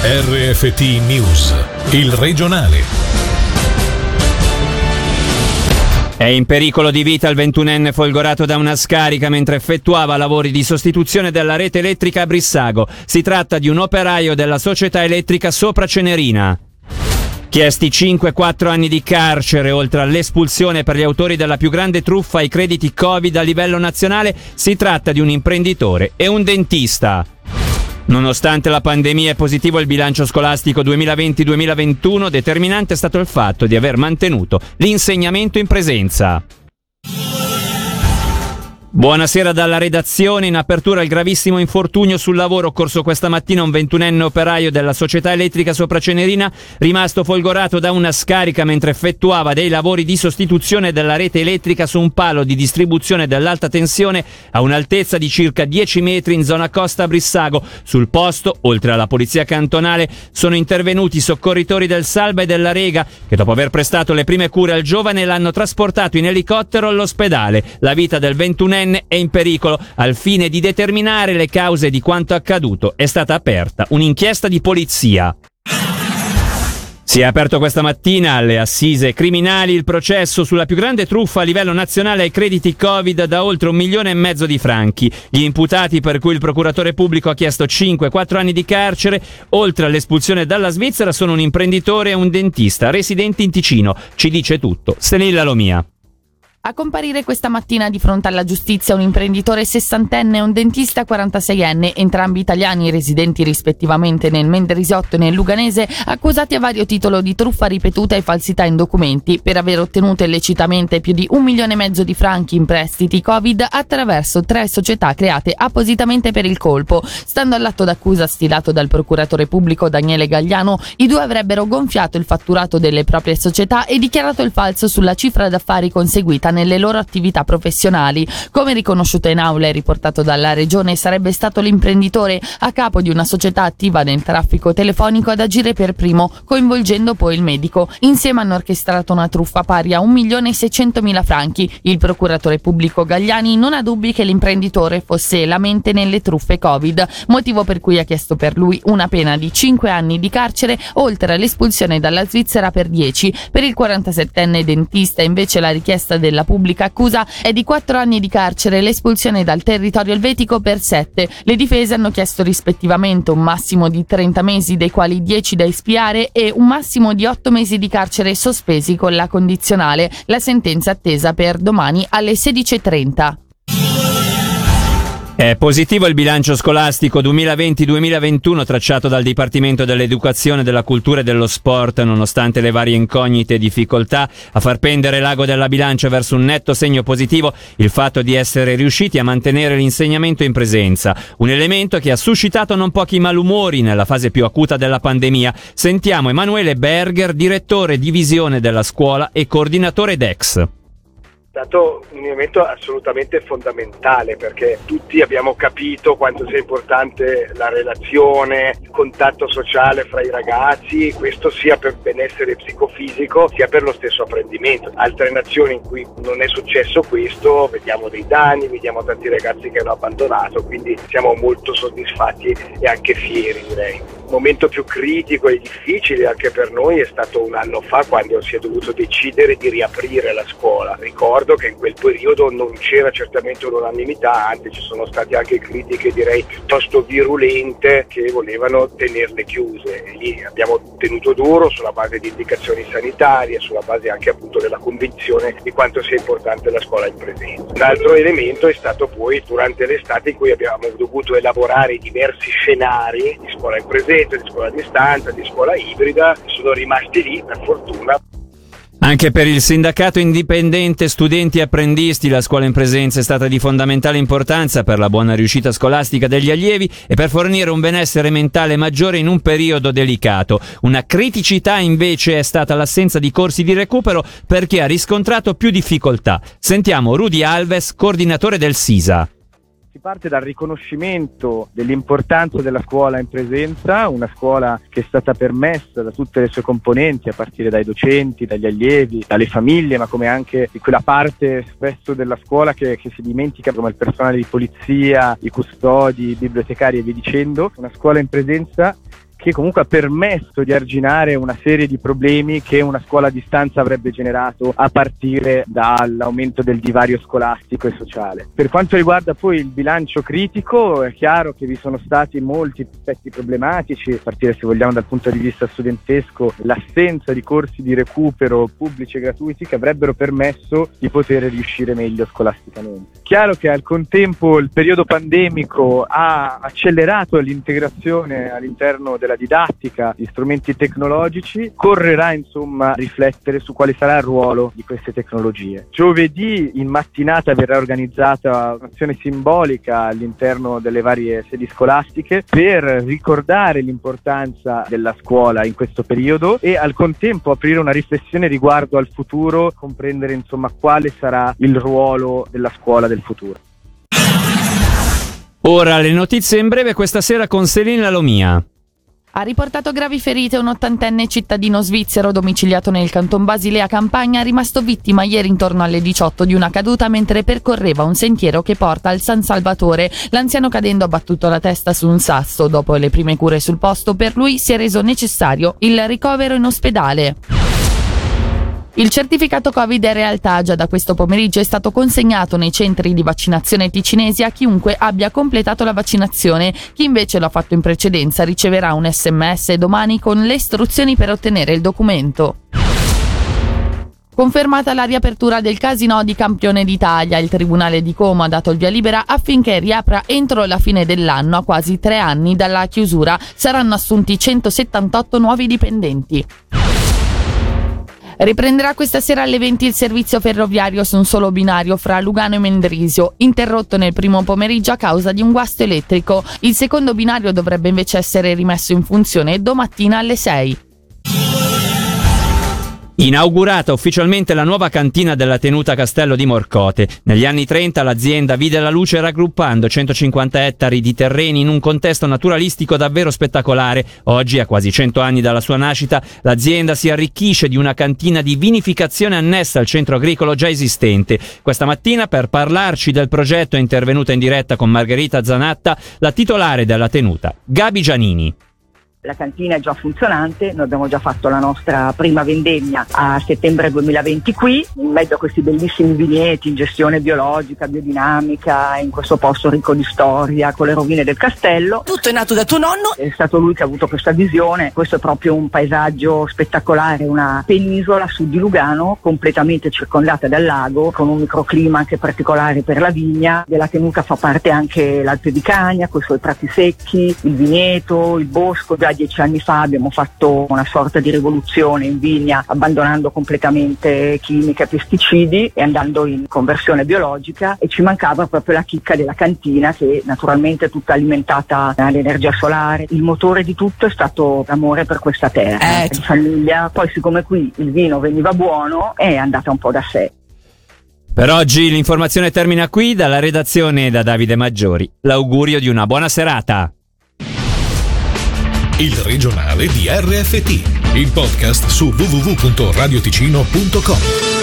RFT News, il regionale. È in pericolo di vita il 21enne folgorato da una scarica mentre effettuava lavori di sostituzione della rete elettrica a Brissago. Si tratta di un operaio della società elettrica Sopra Cenerina. Chiesti 5-4 anni di carcere, oltre all'espulsione per gli autori della più grande truffa ai crediti Covid a livello nazionale. Si tratta di un imprenditore e un dentista. Nonostante la pandemia è positivo il bilancio scolastico 2020-2021, determinante è stato il fatto di aver mantenuto l'insegnamento in presenza. Buonasera dalla redazione. In apertura il gravissimo infortunio sul lavoro occorso questa mattina un 21enne operaio della società elettrica Sopra Cenerina, rimasto folgorato da una scarica mentre effettuava dei lavori di sostituzione della rete elettrica su un palo di distribuzione dell'alta tensione a un'altezza di circa 10 metri in zona Costa Brissago. Sul posto, oltre alla polizia cantonale, sono intervenuti i soccorritori del Salba e della Rega che, dopo aver prestato le prime cure al giovane, l'hanno trasportato in elicottero all'ospedale. La vita del 21enne è in pericolo. Al fine di determinare le cause di quanto accaduto è stata aperta un'inchiesta di polizia. Si è aperto questa mattina alle assise criminali il processo sulla più grande truffa a livello nazionale ai crediti Covid da oltre 1,5 milioni di franchi. Gli imputati, per cui il procuratore pubblico ha chiesto 5-4 anni di carcere, oltre all'espulsione dalla Svizzera, sono un imprenditore e un dentista residenti in Ticino. Ci dice tutto Senilla Lomia. A comparire questa mattina di fronte alla giustizia un imprenditore 60enne e un dentista 46enne, entrambi italiani residenti rispettivamente nel Mendrisotto e nel Luganese, accusati a vario titolo di truffa ripetuta e falsità in documenti per aver ottenuto illecitamente più di 1,5 milioni di franchi in prestiti Covid attraverso 3 società create appositamente per il colpo. Stando all'atto d'accusa stilato dal procuratore pubblico Daniele Gagliano, i due avrebbero gonfiato il fatturato delle proprie società e dichiarato il falso sulla cifra d'affari conseguita nelle loro attività professionali. Come riconosciuto in aula e riportato dalla regione, sarebbe stato l'imprenditore a capo di una società attiva nel traffico telefonico ad agire per primo, coinvolgendo poi il medico. Insieme hanno orchestrato una truffa pari a 1.600.000 franchi. Il procuratore pubblico Gagliani non ha dubbi che l'imprenditore fosse la mente nelle truffe Covid, motivo per cui ha chiesto per lui una pena di 5 anni di carcere, oltre all'espulsione dalla Svizzera per 10. Per il 47enne dentista invece la richiesta della pubblica accusa è di 4 anni di carcere e l'espulsione dal territorio elvetico per 7. Le difese hanno chiesto rispettivamente un massimo di 30 mesi, dei quali 10 da espiare, e un massimo di 8 mesi di carcere sospesi con la condizionale. La sentenza attesa per domani alle 16:30. È positivo il bilancio scolastico 2020-2021 tracciato dal Dipartimento dell'Educazione, della Cultura e dello Sport, nonostante le varie incognite e difficoltà. A far pendere l'ago della bilancia verso un netto segno positivo il fatto di essere riusciti a mantenere l'insegnamento in presenza, un elemento che ha suscitato non pochi malumori nella fase più acuta della pandemia. Sentiamo Emanuele Berger, direttore di visione della scuola e coordinatore DEX. È stato un elemento assolutamente fondamentale, perché tutti abbiamo capito quanto sia importante la relazione, il contatto sociale fra i ragazzi, questo sia per benessere psicofisico sia per lo stesso apprendimento. Altre nazioni in cui non è successo questo, vediamo dei danni, vediamo tanti ragazzi che hanno abbandonato, quindi siamo molto soddisfatti e anche fieri, direi. Il momento più critico e difficile anche per noi è stato un anno fa, quando si è dovuto decidere di riaprire la scuola. Ricordo che in quel periodo non c'era certamente un'unanimità, anzi ci sono state anche critiche, direi piuttosto virulente, che volevano tenerle chiuse. E lì abbiamo tenuto duro sulla base di indicazioni sanitarie, sulla base anche appunto della convinzione di quanto sia importante la scuola in presenza. Un altro elemento è stato poi durante l'estate, in cui abbiamo dovuto elaborare i diversi scenari di scuola in presenza, di scuola a distanza, di scuola ibrida, sono rimasti lì per fortuna. Anche per il sindacato indipendente studenti e apprendisti la scuola in presenza è stata di fondamentale importanza per la buona riuscita scolastica degli allievi e per fornire un benessere mentale maggiore in un periodo delicato. Una criticità invece è stata l'assenza di corsi di recupero per chi ha riscontrato più difficoltà. Sentiamo Rudy Alves, coordinatore del SISA. Si parte dal riconoscimento dell'importanza della scuola in presenza, una scuola che è stata permessa da tutte le sue componenti, a partire dai docenti, dagli allievi, dalle famiglie, ma come anche di quella parte spesso della scuola che si dimentica, come il personale di polizia, i custodi, i bibliotecari e via dicendo. Una scuola in presenza che comunque ha permesso di arginare una serie di problemi che una scuola a distanza avrebbe generato a partire dall'aumento del divario scolastico e sociale. Per quanto riguarda poi il bilancio critico, è chiaro che vi sono stati molti aspetti problematici, a partire, se vogliamo, dal punto di vista studentesco, l'assenza di corsi di recupero pubblici e gratuiti che avrebbero permesso di poter riuscire meglio scolasticamente. Chiaro che al contempo il periodo pandemico ha accelerato l'integrazione all'interno della didattica di strumenti tecnologici. Correrà insomma a riflettere su quale sarà il ruolo di queste tecnologie. Giovedì in mattinata verrà organizzata un'azione simbolica all'interno delle varie sedi scolastiche per ricordare l'importanza della scuola in questo periodo e al contempo aprire una riflessione riguardo al futuro, comprendere insomma quale sarà il ruolo della scuola del futuro. Ora le notizie in breve questa sera con Selina Lomia. Ha riportato gravi ferite un 80enne cittadino svizzero domiciliato nel canton Basilea Campagna, rimasto vittima ieri intorno alle 18 di una caduta mentre percorreva un sentiero che porta al San Salvatore. L'anziano cadendo ha battuto la testa su un sasso. Dopo le prime cure sul posto, per lui si è reso necessario il ricovero in ospedale. Il certificato Covid in realtà già da questo pomeriggio è stato consegnato nei centri di vaccinazione ticinesi a chiunque abbia completato la vaccinazione. Chi invece l'ha fatto in precedenza riceverà un SMS domani con le istruzioni per ottenere il documento. Confermata la riapertura del Casinò di Campione d'Italia, il Tribunale di Como ha dato il via libera affinché riapra entro la fine dell'anno. A quasi 3 anni dalla chiusura saranno assunti 178 nuovi dipendenti. Riprenderà questa sera alle 20 il servizio ferroviario su un solo binario fra Lugano e Mendrisio, interrotto nel primo pomeriggio a causa di un guasto elettrico. Il secondo binario dovrebbe invece essere rimesso in funzione domattina alle 6. Inaugurata ufficialmente la nuova cantina della tenuta Castello di Morcote. Negli anni 30 l'azienda vide la luce raggruppando 150 ettari di terreni in un contesto naturalistico davvero spettacolare. Oggi, a quasi 100 anni dalla sua nascita, l'azienda si arricchisce di una cantina di vinificazione annessa al centro agricolo già esistente. Questa mattina, per parlarci del progetto, è intervenuta in diretta con Margherita Zanatta, la titolare della tenuta, Gabi Giannini. La cantina è già funzionante, noi abbiamo già fatto la nostra prima vendemmia a settembre 2020 qui, in mezzo a questi bellissimi vigneti in gestione biologica, biodinamica, in questo posto ricco di storia, con le rovine del castello. Tutto è nato da tuo nonno? È stato lui che ha avuto questa visione. Questo è proprio un paesaggio spettacolare, una penisola a sud di Lugano, completamente circondata dal lago, con un microclima anche particolare per la vigna. Della tenuta fa parte anche l'Alpe di Cagna, con i suoi prati secchi, il vigneto, il bosco. Già 10 anni fa abbiamo fatto una sorta di rivoluzione in vigna, abbandonando completamente chimiche e pesticidi e andando in conversione biologica, e ci mancava proprio la chicca della cantina, che naturalmente è tutta alimentata dall'energia solare. Il motore di tutto è stato l'amore per questa terra, di famiglia. Poi siccome qui il vino veniva buono, è andata un po' da sé. Per oggi l'informazione termina qui. Dalla redazione, da Davide Maggiori, l'augurio di una buona serata. Il regionale di RFT, il podcast su www.radioticino.com.